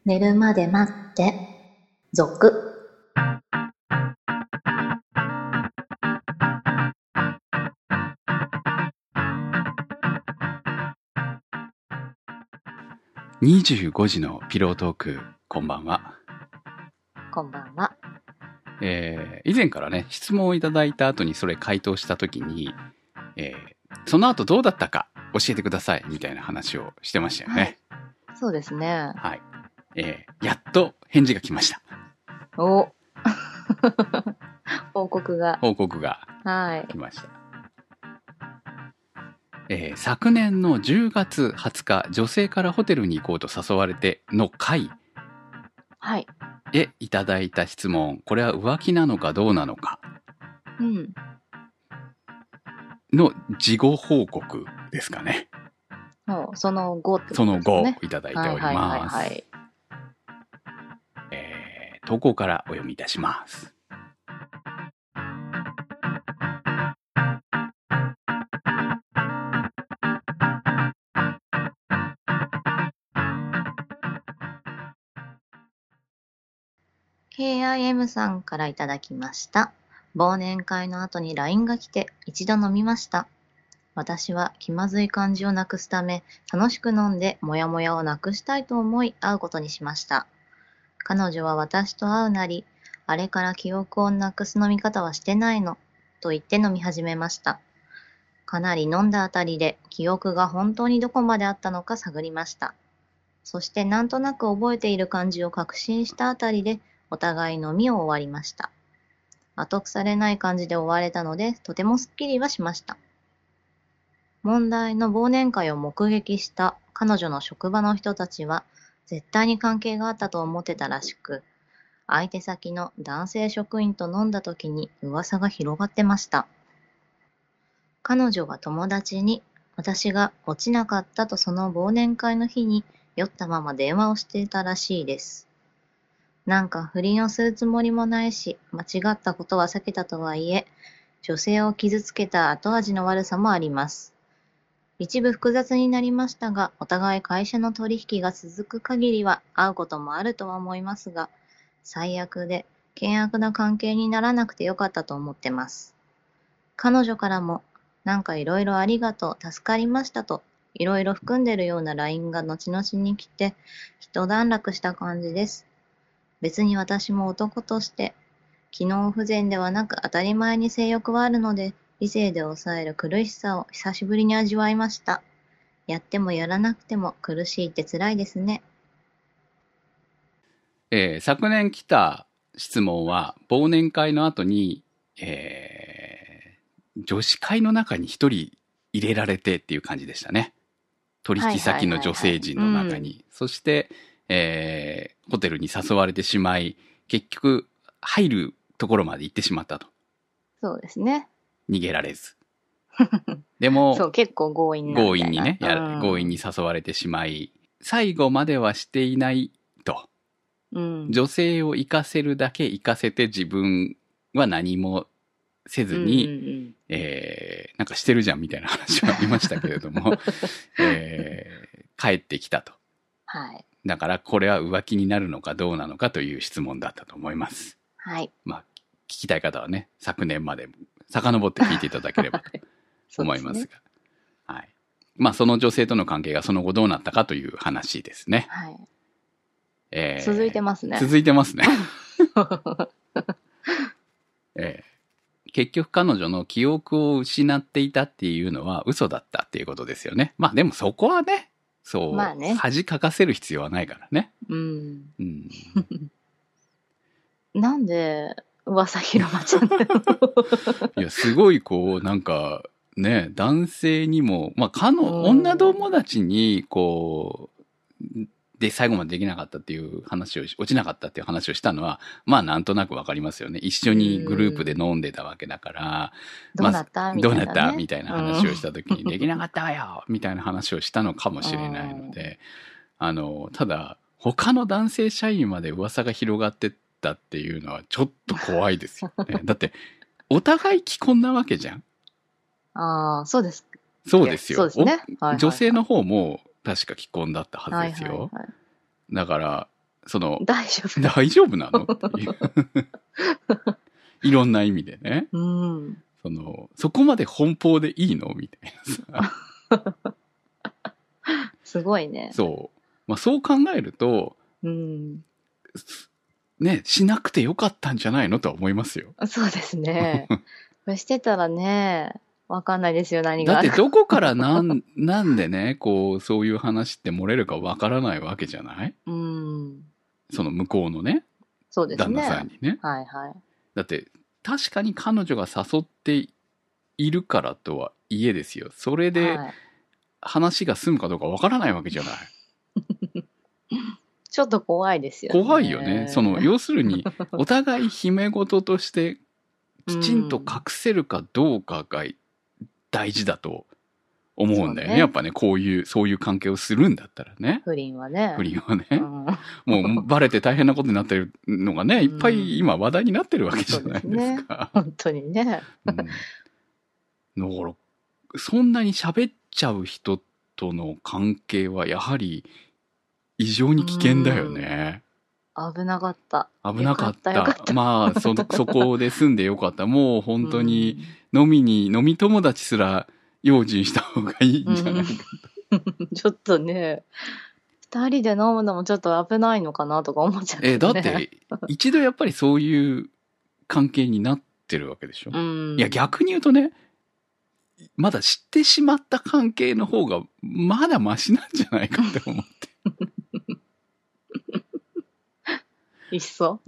寝るまで待って、続。 25時のピロートーク、こんばんは。 こんばんは。 以前からね、質問をいただいた後にそれ回答した時に、その後どうだったか教えてくださいみたいな話をしてましたよね。 はい、そうですね。 はい。やっと返事が来ました。 お報告が来ました。昨年の10月20日、女性からホテルに行こうと誘われての回へいただいた質問、これは浮気なのかどうなのかの事後報告ですかね。 その後ってことですね。 その後いただいております。投稿からお読みいたします。 KIM さんからいただきました。忘年会の後に LINE が来て一度飲みました。私は気まずい感じをなくすため、楽しく飲んでモヤモヤをなくしたいと思い会うことにしました。彼女は私と会うなり、あれから記憶をなくす飲み方はしてないの、と言って飲み始めました。かなり飲んだあたりで記憶が本当にどこまであったのか探りました。そしてなんとなく覚えている感じを確信したあたりで、お互い飲みを終わりました。後腐れない感じで終われたので、とてもすっきりはしました。問題の忘年会を目撃した彼女の職場の人たちは、絶対に関係があったと思ってたらしく、相手先の男性職員と飲んだ時に噂が広がってました。彼女は友達に、私が落ちなかったとその忘年会の日に酔ったまま電話をしていたらしいです。なんか不倫をするつもりもないし、間違ったことは避けたとはいえ、女性を傷つけた後味の悪さもあります。一部複雑になりましたが、お互い会社の取引が続く限りは会うこともあるとは思いますが、最悪で険悪な関係にならなくてよかったと思ってます。彼女からも、なんかいろいろありがとう、助かりましたと、いろいろ含んでるような LINE が後々に来て、一段落した感じです。別に私も男として、機能不全ではなく当たり前に性欲はあるので、理性で抑える苦しさを久しぶりに味わいました。やってもやらなくても苦しいって辛いですね。 昨年来た質問は、忘年会の後に、女子会の中に一人入れられてっていう感じでしたね。取引先の女性陣の中に。そして、ホテルに誘われてしまい、結局入るところまで行ってしまったと。 そうですね。 逃げられず。でも、 そう、結構強引なみたいな。 強引にね、強引に誘われてしまい、最後まではしていないと。女性を行かせるだけ行かせて自分は何もせずに、なんかしてるじゃんみたいな話はありましたけれども、帰ってきたと。 はい。 だからこれは浮気になるのかどうなのかという質問だったと思います。 はい。 まあ、聞きたい方はね、昨年まで遡って聞いていただければと思いますが。はい。まあ、その女性との関係がその後どうなったかという話ですね。 はい。続いてますね。 続いてますね。結局彼女の記憶を失っていたっていうのは嘘だったっていうことですよね。まあでもそこはね、そう、まあね、恥かかせる必要はないからね。 なんで噂広まっちゃったのいや、すごいこう、なんか、ね、男性にも、まあ、女友達に、こう、で、最後までできなかったっていう話を、落ちなかったっていう話をしたのは、まあ、なんとなくわかりますよね。一緒にグループで飲んでたわけだから、 どうなったみたいな、ね。 どうなったみたいな話をしたときに、できなかったわよみたいな話をしたのかもしれないので、ただ、他の男性社員まで噂が広がってたっていうのはちょっと怖いですよね。だって、お互い既婚なわけじゃん。 ああ、そうです。 そうですよ。 そうですね。 女性の方も確か既婚だったはずですよ。だから、 大丈夫大丈夫なのっていういろんな意味でね、 うん、 そこまで奔放でいいのみたいなさすごいね。 そう、まあ、そう考えると、 うん、 ね、しなくてよかったんじゃないのとは思いますよ。 そうですね。これしてたらね、わかんないですよ、何がだってどこからなんでね、そういう話って漏れるかわからないわけじゃない？ うん。 その向こうのね、 そうですね。 旦那さんにね。 はいはい。 だって確かに彼女が誘っているからとはいえですよ。それで話が済むかどうかわからないわけじゃない。 ちょっと怖いですよね。 怖いよね。要するに、お互い秘め事としてきちんと隠せるかどうかが大事だと思うんだよね。やっぱね、そういう関係をするんだったらね。 不倫はね。 不倫はね。もうバレて大変なことになってるのがね、いっぱい今話題になってるわけじゃないですか。 本当にね。 だから、そんなに喋っちゃう人との関係はやはり異常に危険だよね。 危なかった。 危なかった。まあ、そこで住んでよかった。もう本当に飲み友達すら用心した方がいいんじゃないかと。ちょっとね、二人で飲むのもちょっと危ないのかなとか思っちゃって、ね。 だって、一度やっぱりそういう関係になってるわけでしょ。いや、逆に言うとね、まだ知ってしまった関係の方がまだマシなんじゃないかって思って。 いっそ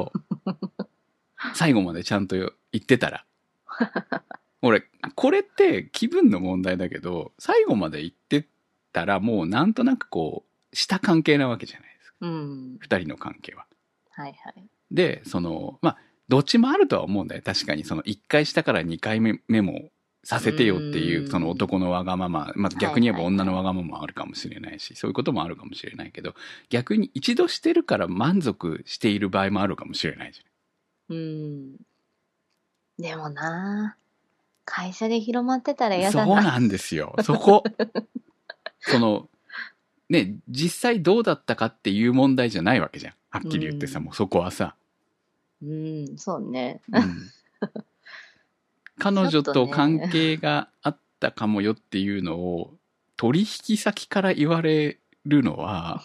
最後までちゃんと言ってたら。俺、これって気分の問題だけど、最後まで言ってたらもうなんとなくした関係なわけじゃないですか。二人の関係は。 はいはい。 で、まあ、どっちもあるとは思うんだよ。確かに1回したから2回目もさせてよっていう、その男のわがまま、まず逆に言えば女のわがままもあるかもしれないし、そういうこともあるかもしれないけど、逆に一度してるから満足している場合もあるかもしれないじゃん。 でもな、会社で広まってたら嫌だな。 そうなんですよ。そこ。ね、実際どうだったかっていう問題じゃないわけじゃん。はっきり言ってさ、もうそこはさ。 そうね。 彼女と関係があったかもよっていうのを取引先から言われるのは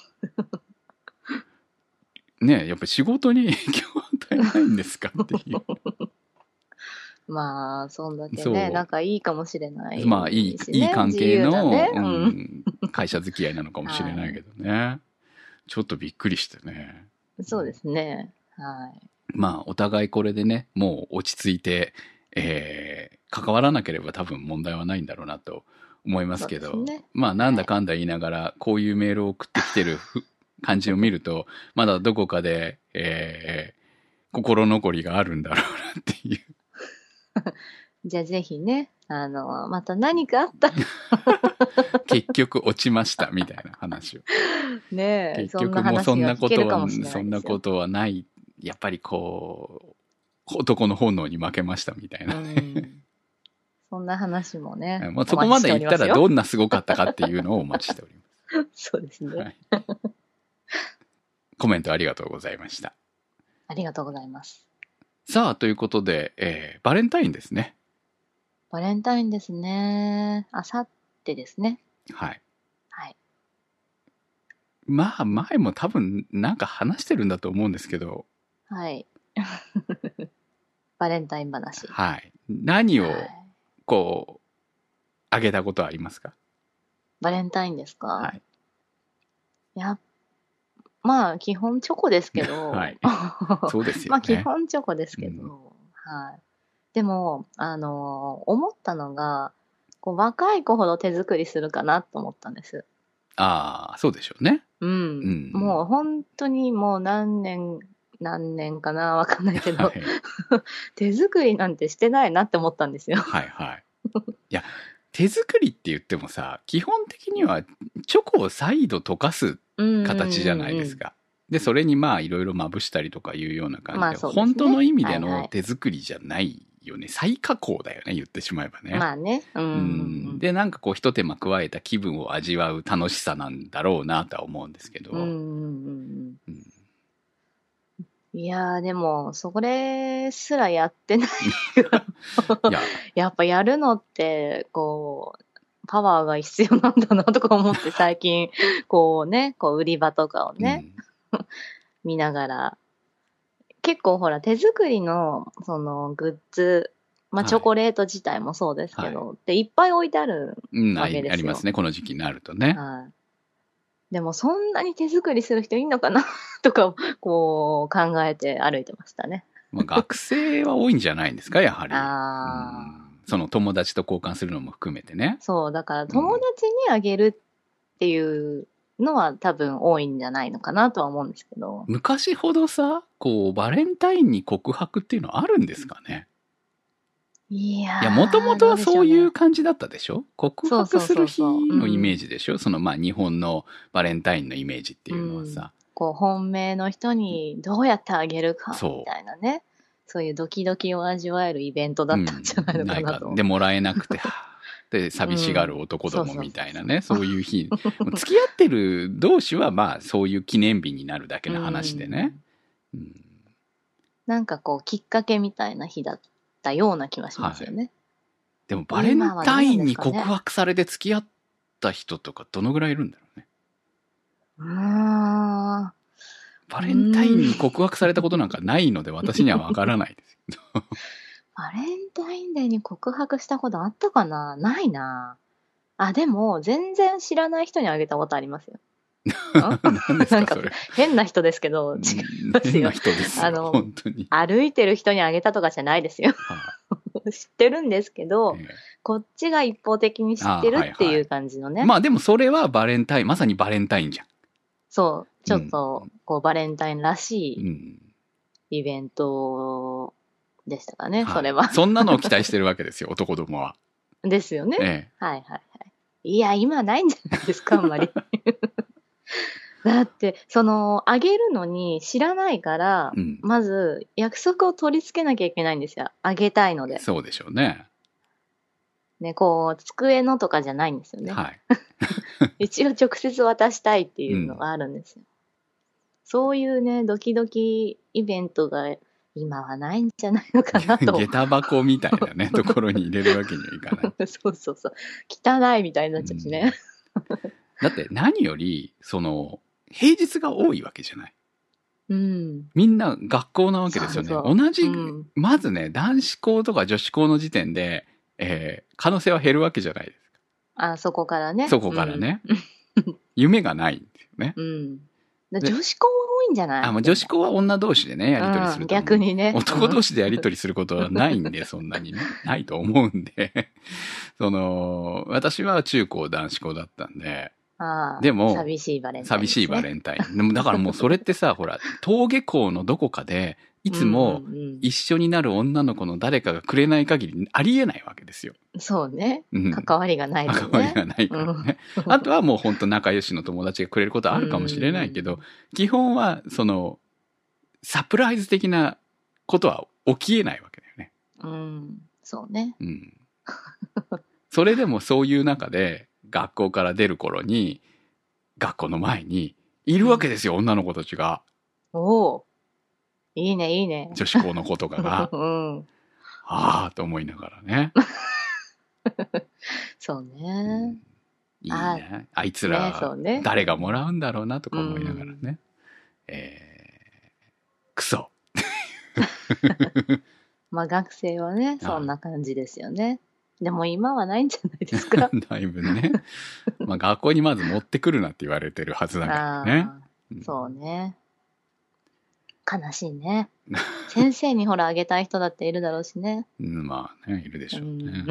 ね、やっぱり仕事に影響を与えないんですかっていうまあそんだけね仲いいかもしれない、ね、 まあいい関係の、会社付き合いなのかもしれないけどね、はい、ちょっとびっくりしてね。 そうですね。はい。 まあお互いこれでね、もう落ち着いて関わらなければ多分問題はないんだろうなと思いますけど、ね、まあなんだかんだ言いながらこういうメールを送ってきてる感じを見るとまだどこかで、心残りがあるんだろうなっていうじゃあぜひね、また何かあったら結局落ちましたみたいな話をねえ、 結局もうそんなことはないやっぱり男の本能に負けましたみたいな、ね、 そんな話もね。 そこまで言ったらどんなすごかったかっていうのをお待ちしております。 そうですね、はい。 コメントありがとうございました。 ありがとうございます。 さあ、ということで、バレンタインですね。 バレンタインですね。あさってですね。 はい。 はい。 まあ、前も多分なんか話してるんだと思うんですけど。 はい。バレンタイン話。 はい。何をあげたことはありますか？ バレンタインですか？ はい。 まあ基本チョコですけど。 はい。そうですよね。 まあ基本チョコですけど、はい。でも思ったのが若い子ほど手作りするかなと思ったんです。 ああ、そうでしょうね。 もう本当にもう何年かなわかんないけど、はい、手作りなんてしてないなって思ったんですよ。 はいはい。いや、手作りって言ってもさ、基本的にはチョコを再度溶かす形じゃないですか。で、それにまあいろいろまぶしたりとかいうような感じで、まあね、本当の意味での手作りじゃないよね。再加工だよね、言ってしまえばね。 まあね。 で、なんか一手間加えた気分を味わう楽しさなんだろうなとは思うんですけど。 いやーでも、それすらやってないいや、 やっぱやるのって、こう、パワーが必要なんだなとか思って最近、こうね、こう売り場とかをね、見ながら、結構ほら手作りのそのグッズ、まあチョコレート自体もそうですけど、でいっぱい置いてあるわけですよ。 ありますね、この時期になるとね。 はい。でもそんなに手作りする人いんのかなとか、こう考えて歩いてましたね。 まあ、学生は多いんじゃないんですか、やはり。 ああ。 その友達と交換するのも含めてね。 そう、だから友達にあげるっていうのは多分多いんじゃないのかなとは思うんですけど。 昔ほどさ、こう、バレンタインに告白っていうのはあるんですかね。 いやー、 もともとはそういう感じだったでしょ。告白する日のイメージジでしょ。そのまあ日本のバレンタインのイメージっていうのはさ。 こう本命の人にどうやってあげるかみたいなね。そういうドキドキを味わえるイベントだったんじゃないのかなと。 で、もらえなくて、で、寂しがる男どもみたいなね、そういう日。付き合ってる同士はまあそういう記念日になるだけの話でね。 なんかこうきっかけみたいな日だったような気はしますよね。 でもバレンタインに告白されて付き合った人とかどのぐらいいるんだろうね。バレンタインに告白されたことなんかないので私にはわからないですけど。 バレンタインデーに告白したことあったかな？ないな。あ、でも全然知らない人にあげたことありますよ。 何ですかそれ。 変な人ですけど、違いますよ。 変な人ですよ。本当に。 歩いてる人にあげたとかじゃないですよ。知ってるんですけど、こっちが一方的に知ってるっていう感じのね。 まあでもそれはバレンタイン、まさにバレンタインじゃん。 そう、ちょっとこうバレンタインらしいイベントでしたかね、それは。 そんなのを期待してるわけですよ、男どもは。 ですよね。はいはいはい。いや、今ないんじゃないですか、あんまり。だって、あげるのに知らないから、まず約束を取り付けなきゃいけないんですよ。あげたいので。 そうでしょうね。 ね、こう、机のとかじゃないんですよね。一応直接渡したいっていうのがあるんですよ。そういうね、ドキドキイベントが今はないんじゃないのかなと。 下駄箱みたいなね、ところに入れるわけにはいかない。 そうそうそう。汚いみたいになっちゃうしね。 だって何より、平日が多いわけじゃない。みんな学校なわけですよね。同じ、まずね、男子校とか女子校の時点で、可能性は減るわけじゃないですか。そこからね。 そこからね。夢がないんですよね。 女子校は多いんじゃない？ 女子校は女同士でね、やり取りすると。 逆にね。 男同士でやり取りすることはないんで、そんなにね。ないと思うんで。私は中高男子校だったんで。でも、 寂しいバレンタイン、 寂しいバレンタイン。でもだからもうそれってさ、ほら、登下校のどこかで、いつも一緒になる女の子の誰かがくれない限りありえないわけですよ。 そうね。関わりがないですね。 関わりがないからね。あとはもう本当仲良しの友達がくれることはあるかもしれないけど、基本はサプライズ的なことは起きえないわけだよね。 そうね。 それでもそういう中で学校から出る頃に、学校の前にいるわけですよ、女の子たちが。 おお。いいね、いいね。 女子校の子とかが。ああ、と思いながらね。 そうね。 いいね。あいつら、誰がもらうんだろうなとか思いながらね。クソ。 まあ学生はね、そんな感じですよね。でも今はないんじゃないですか。 だいぶね。まあ学校にまず持ってくるなって言われてるはずだからね。 そうね。悲しいね。先生にほらあげたい人だっているだろうしね。 まあね、いるでしょうね。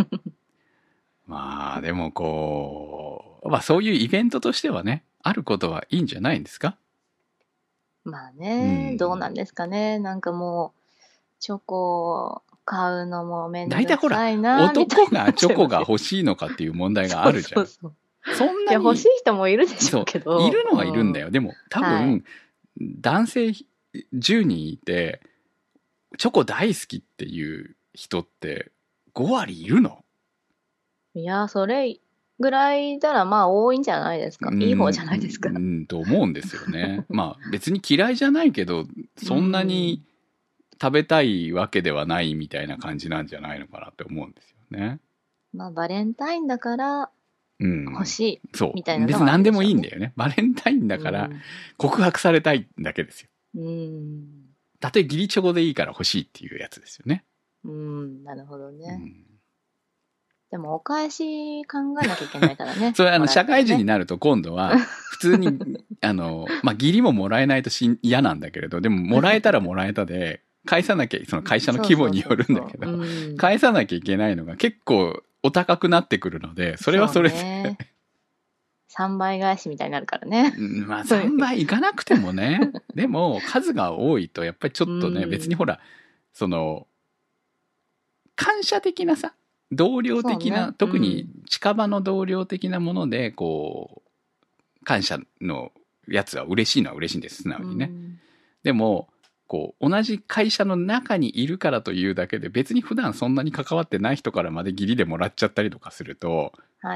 まあでもまあそういうイベントとしてはね、あることはいいんじゃないんですか？ まあね、どうなんですかね。なんかもう、チョコ買うのもめんどくさいな。 大体ほら、男がチョコが欲しいのかっていう問題があるじゃん。そんなに。 欲しい人もいるでしょうけど。 いるのはいるんだよ。でも多分、男性10人いて、チョコ大好きっていう人って5割いるの？ いや、それぐらいいたらまあ多いんじゃないですか。いい方じゃないですか。 と思うんですよね。まあ別に嫌いじゃないけど、 そんなに食べたいわけではないみたいな感じなんじゃないのかなって思うんですよね。 まあバレンタインだから欲しい、 そうみたいなの別に何でもいいんだよね。バレンタインだから告白されたいだけですよ。たとえ義理チョコでいいから欲しいっていうやつですよね。 なるほどね。でもお返し考えなきゃいけないからね。 それ社会人になると今度は普通にまあ義理ももらえないと嫌なんだけれど、でももらえたらもらえたで返さなきゃ、その会社の規模によるんだけど、返さなきゃいけないのが結構お高くなってくるので、それはそれで 3倍返しみたいになるからね。 まあ3倍いかなくてもね。でも数が多いとやっぱりちょっとね、別にほらその感謝的なさ、同僚的な、特に近場の同僚的なものでこう感謝のやつは嬉しいのは嬉しいんです、素直にね。でもこう同じ会社の中にいるからというだけで別に普段そんなに関わってない人からまで義理でもらっちゃったりとかすると、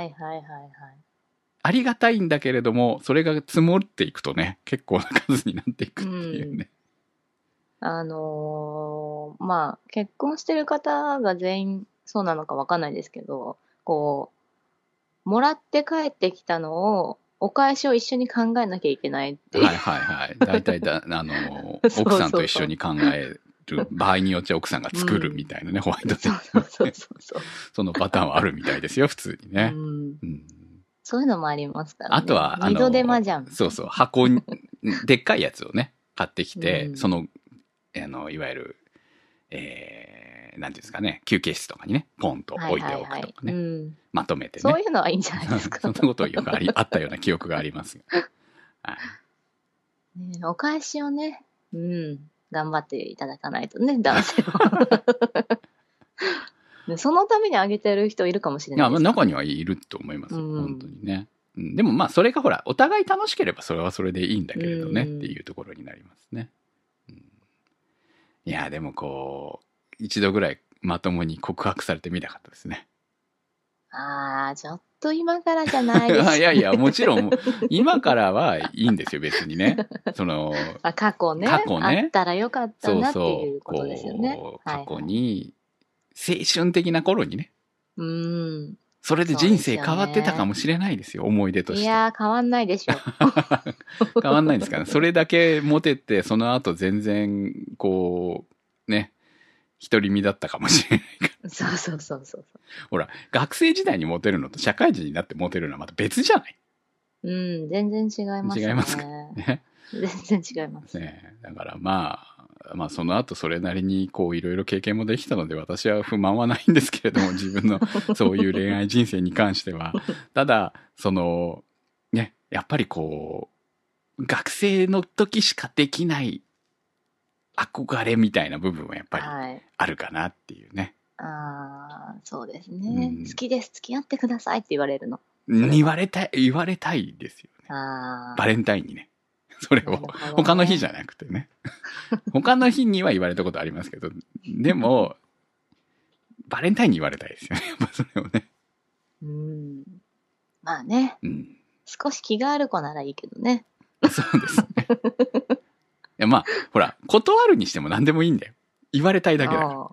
ありがたいんだけれども、それが積もっていくとね、結構な数になっていくっていうね。 まあ結婚してる方が全員そうなのかわかんないですけど、こうもらって帰ってきたのをお返しを一緒に考えなきゃいけないっていう。 大体奥さんと一緒に考える場合によっちゃ奥さんが作るみたいなね、ホワイトデー。そのパターンはあるみたいですよ、普通にね。 そういうのもありますからね。 あとは二度手間じゃん。 箱にでっかいやつをね買ってきて、そのいわゆるなんていうんですかね、休憩室とかにねポンと置いておくとかね、まとめてね。 そういうのはいいんじゃないですか。 そんなことよくあったような記憶がありますが。 お返しをね、頑張っていただかないとね、男性は。そのためにあげてる人いるかもしれないです、ね。 中にはいると思います、本当にね。でもまあそれがほらお互い楽しければそれはそれでいいんだけれどね、っていうところになりますね。いやでもこう一度ぐらいまともに告白されてみたかったですね。 ちょっと今からじゃないですか。 いやもちろん今からはいいんですよ、別にね。 過去ねあったらよかったなっていうことですよね。 過去に青春的な頃にね。それで人生変わってたかもしれないですよ、思い出として。 いや変わんないでしょ。 変わんないんですかね。それだけモテて、その後全然こうね、独り身だったかもしれないから。 そう。 ほら、学生時代にモテるのと社会人になってモテるのはまた別じゃない？ 全然違いますね。 違いますかね。 全然違いますね。だからまあその後それなりにこういろいろ経験もできたので私は不満はないんですけれども、自分のそういう恋愛人生に関しては。ただね、やっぱりこう学生の時しかできない憧れみたいな部分はやっぱりあるかなっていうね。 そうですね、好きです、付き合ってくださいって言われるの。 言われたいですよね。バレンタインにね。それを、他の日じゃなくてね。他の日には言われたことありますけど、でも、バレンタインに言われたいですよね。やっぱそれをね。 まあね、少し気がある子ならいいけどね。 そうですね。いやまあ、ほら、断るにしても何でもいいんだよ。言われたいだけだから。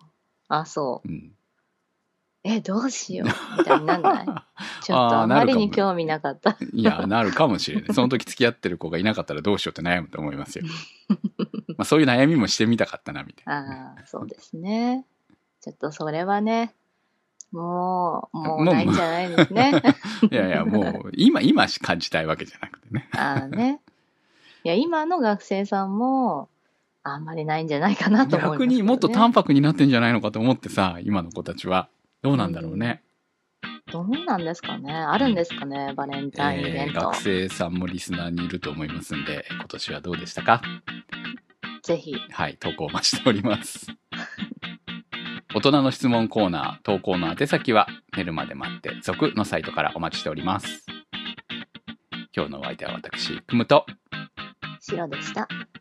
そう。どうしようみたいになんない？ちょっとあまりに興味なかった。 いや、なるかもしれない。その時付き合ってる子がいなかったらどうしようって悩むと思いますよ。まあそういう悩みもしてみたかったな、みたいな。 そうですね。ちょっとそれはね、もうないんじゃないですね。 いや、もう今感じたいわけじゃなくてね。 ね。いや、今の学生さんも、あんまりないんじゃないかなと思います、ね。 逆にもっと淡白になってんじゃないのかと思ってさ、今の子たちは。どうなんだろうね。 どうなんですかね。あるんですかね、バレンタインイベント。 学生さんもリスナーにいると思いますんで、今年はどうでしたか？ ぜひ。 はい、投稿を待ちしております。大人の質問コーナー、投稿の宛先は、寝るまで待って続のサイトからお待ちしております。今日のお相手は私、くむと、 シロでした。